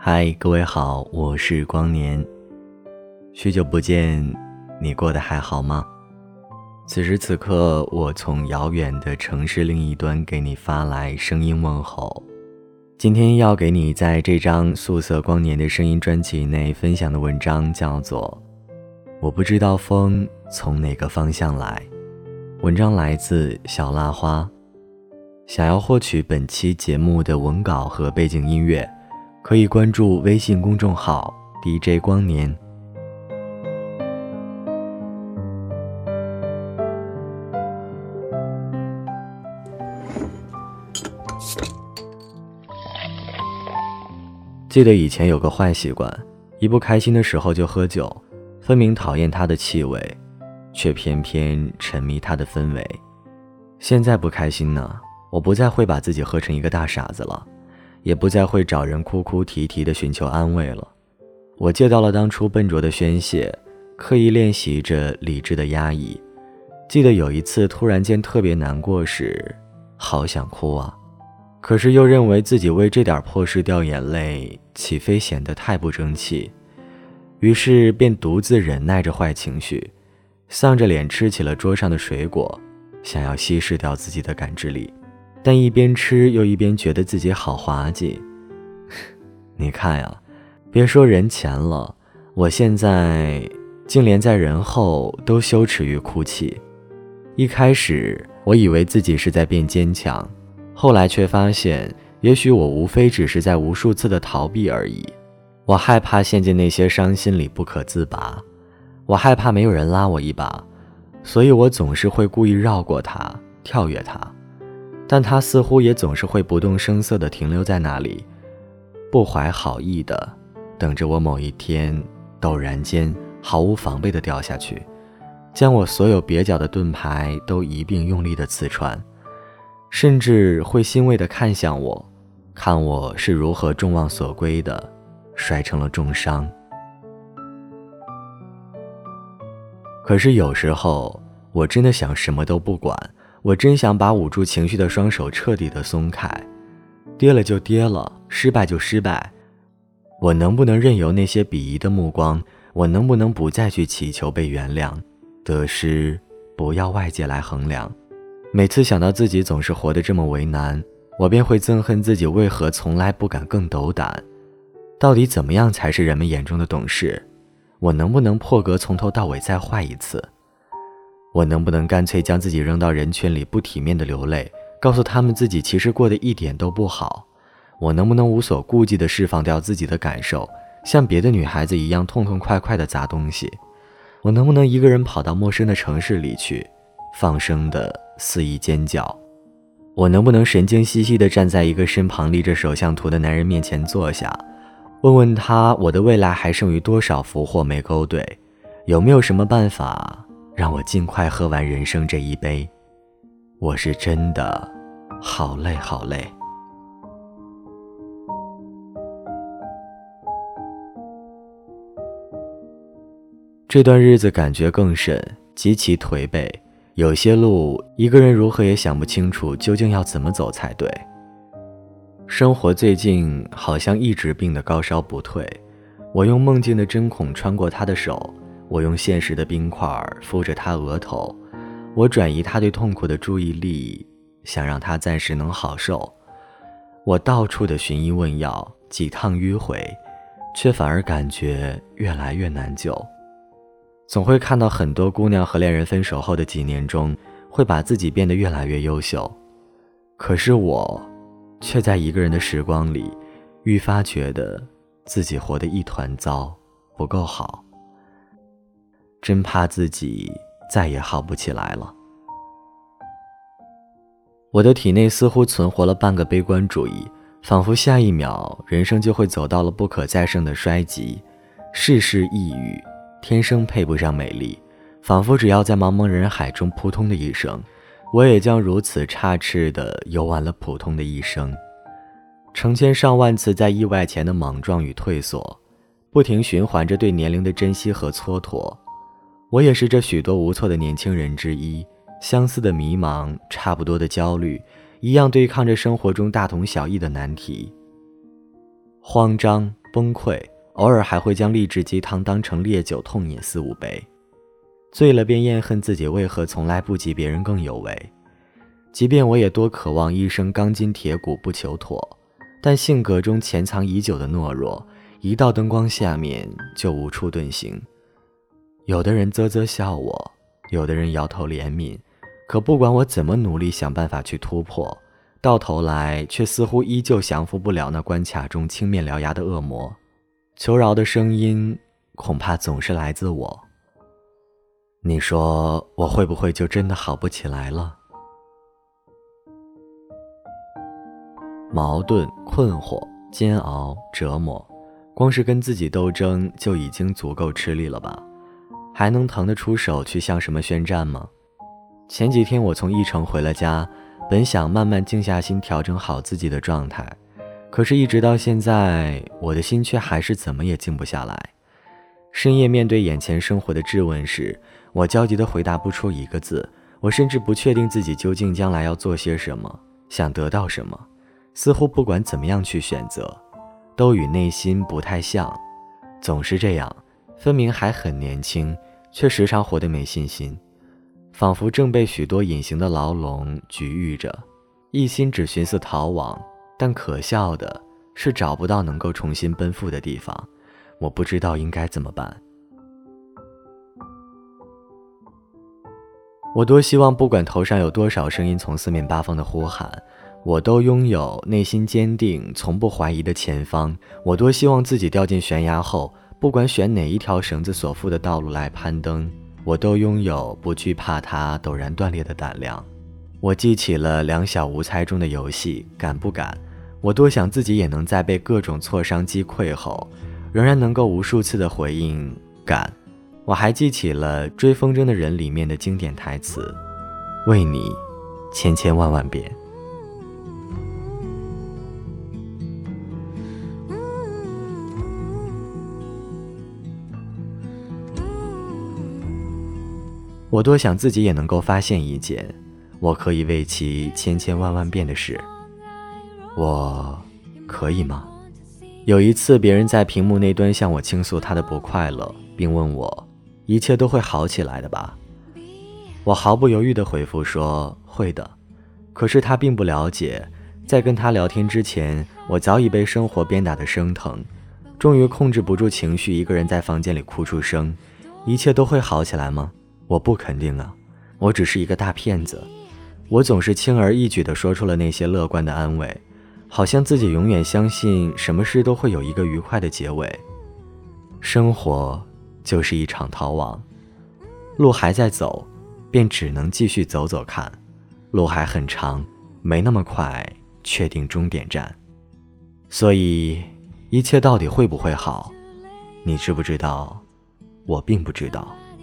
嗨，各位好，我是光年。许久不见，你过得还好吗？此时此刻，我从遥远的城市另一端给你发来声音问候。今天要给你在这张素色光年的声音专辑内分享的文章叫做我不知道风从哪个方向来。文章来自小蜡花。想要获取本期节目的文稿和背景音乐，可以关注微信公众号 DJ 光年。记得以前有个坏习惯，一不开心的时候就喝酒，分明讨厌它的气味，却偏偏沉迷它的氛围。现在不开心呢，我不再会把自己喝成一个大傻子了，也不再会找人哭哭啼啼地寻求安慰了。我戒掉了当初笨拙的宣泄，刻意练习着理智的压抑。记得有一次突然间特别难过时，好想哭啊，可是又认为自己为这点破事掉眼泪，岂非显得太不争气，于是便独自忍耐着坏情绪，丧着脸吃起了桌上的水果，想要稀释掉自己的感知力。但一边吃又一边觉得自己好滑稽。你看呀，别说人前了，我现在竟连在人后都羞耻于哭泣。一开始我以为自己是在变坚强，后来却发现也许我无非只是在无数次的逃避而已。我害怕陷进那些伤心里不可自拔，我害怕没有人拉我一把，所以我总是会故意绕过它，跳跃它，但他似乎也总是会不动声色地停留在那里，不怀好意的等着我某一天陡然间毫无防备地掉下去，将我所有蹩脚的盾牌都一并用力地刺穿，甚至会欣慰地看向我，看我是如何众望所归的摔成了重伤。可是有时候我真的想什么都不管，我真想把捂住情绪的双手彻底的松开，跌了就跌了，失败就失败。我能不能任由那些鄙夷的目光？我能不能不再去祈求被原谅？得失不要外界来衡量。每次想到自己总是活得这么为难，我便会憎恨自己为何从来不敢更斗胆。到底怎么样才是人们眼中的懂事？我能不能破格从头到尾再坏一次？我能不能干脆将自己扔到人群里，不体面的流泪，告诉他们自己其实过得一点都不好？我能不能无所顾忌地释放掉自己的感受，像别的女孩子一样痛痛快快地砸东西？我能不能一个人跑到陌生的城市里去，放声地肆意尖叫？我能不能神经兮兮地站在一个身旁立着手相图的男人面前坐下，问问他我的未来还剩余多少福祸没勾兑，有没有什么办法让我尽快喝完人生这一杯？我是真的好累好累。这段日子感觉更甚，极其颓废，有些路一个人如何也想不清楚究竟要怎么走才对。生活最近好像一直病得高烧不退，我用梦境的针孔穿过他的手，我用现实的冰块敷着他额头，我转移他对痛苦的注意力，想让他暂时能好受。我到处的寻医问药，几趟迂回，却反而感觉越来越难救。总会看到很多姑娘和恋人分手后的几年中，会把自己变得越来越优秀，可是我却在一个人的时光里，愈发觉得自己活得一团糟，不够好。真怕自己再也好不起来了。我的体内似乎存活了半个悲观主义，仿佛下一秒人生就会走到了不可再生的衰极，世事抑郁，天生配不上美丽，仿佛只要在茫茫人海中扑通的一声，我也将如此插翅地游完了普通的一生。成千上万次在意外前的莽撞与退缩，不停循环着对年龄的珍惜和蹉跎。我也是这许多无措的年轻人之一，相似的迷茫，差不多的焦虑，一样对抗着生活中大同小异的难题。慌张、 崩溃，偶尔还会将励志鸡汤当成烈酒痛饮4-5杯，醉了便厌恨自己为何从来不及别人更有为。即便我也多渴望一生钢筋铁骨不求妥，但性格中潜藏已久的懦弱，一到灯光下面就无处遁形。有的人啧啧笑我，有的人摇头怜悯，可不管我怎么努力想办法去突破，到头来却似乎依旧降服不了那关卡中青面獠牙的恶魔。求饶的声音恐怕总是来自我。你说我会不会就真的好不起来了？矛盾、困惑、煎熬、折磨，光是跟自己斗争就已经足够吃力了吧？还能腾得出手去向什么宣战吗？前几天我从义城回了家，本想慢慢静下心调整好自己的状态，可是一直到现在，我的心却还是怎么也静不下来。深夜面对眼前生活的质问时，我焦急地回答不出一个字，我甚至不确定自己究竟将来要做些什么，想得到什么，似乎不管怎么样去选择，都与内心不太像。总是这样，分明还很年轻，却时常活得没信心，仿佛正被许多隐形的牢笼局域着，一心只寻思逃亡，但可笑的是找不到能够重新奔赴的地方。我不知道应该怎么办。我多希望不管头上有多少声音从四面八方的呼喊，我都拥有内心坚定从不怀疑的前方。我多希望自己掉进悬崖后，不管选哪一条绳子所附的道路来攀登，我都拥有不惧怕它陡然断裂的胆量。我记起了两小无猜中的游戏，敢不敢？我多想自己也能在被各种挫伤击溃后，仍然能够无数次的回应敢。我还记起了《追风筝的人》里面的经典台词，为你千千万万遍。我多想自己也能够发现一件我可以为其千千万万遍的事。我可以吗？有一次别人在屏幕那端向我倾诉他的不快乐，并问我一切都会好起来的吧。我毫不犹豫地回复说会的。可是他并不了解，在跟他聊天之前，我早已被生活鞭打得生疼，终于控制不住情绪，一个人在房间里哭出声。一切都会好起来吗？我不肯定啊，我只是一个大骗子。我总是轻而易举地说出了那些乐观的安慰，好像自己永远相信什么事都会有一个愉快的结尾。生活就是一场逃亡，路还在走，便只能继续走走看，路还很长，没那么快确定终点站。所以一切到底会不会好，你知不知道？我并不知道。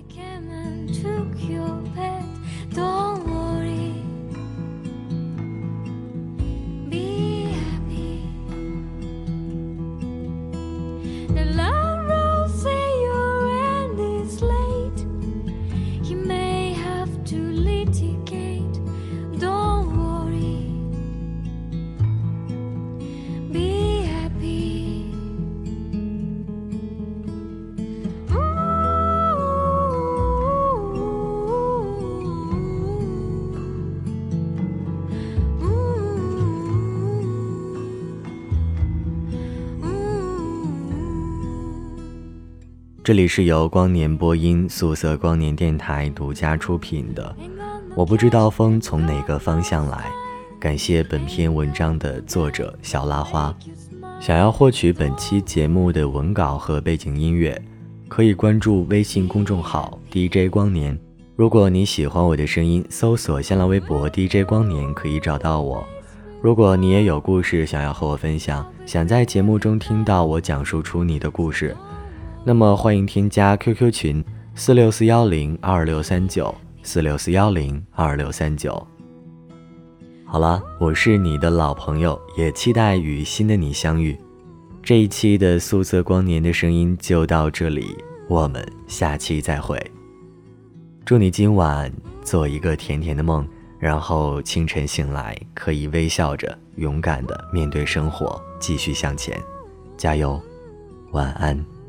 这里是由光年播音素色光年电台独家出品的我不知道风从哪个方向来，感谢本篇文章的作者小拉花。想要获取本期节目的文稿和背景音乐，可以关注微信公众号 DJ 光年。如果你喜欢我的声音，搜索新浪微博 DJ 光年可以找到我。如果你也有故事想要和我分享，想在节目中听到我讲述出你的故事，那么欢迎添加 QQ 群464102639，464102639。好了，我是你的老朋友，也期待与新的你相遇。这一期的素色光年的声音就到这里，我们下期再会。祝你今晚做一个甜甜的梦，然后清晨醒来可以微笑着勇敢地面对生活，继续向前，加油。 晚安。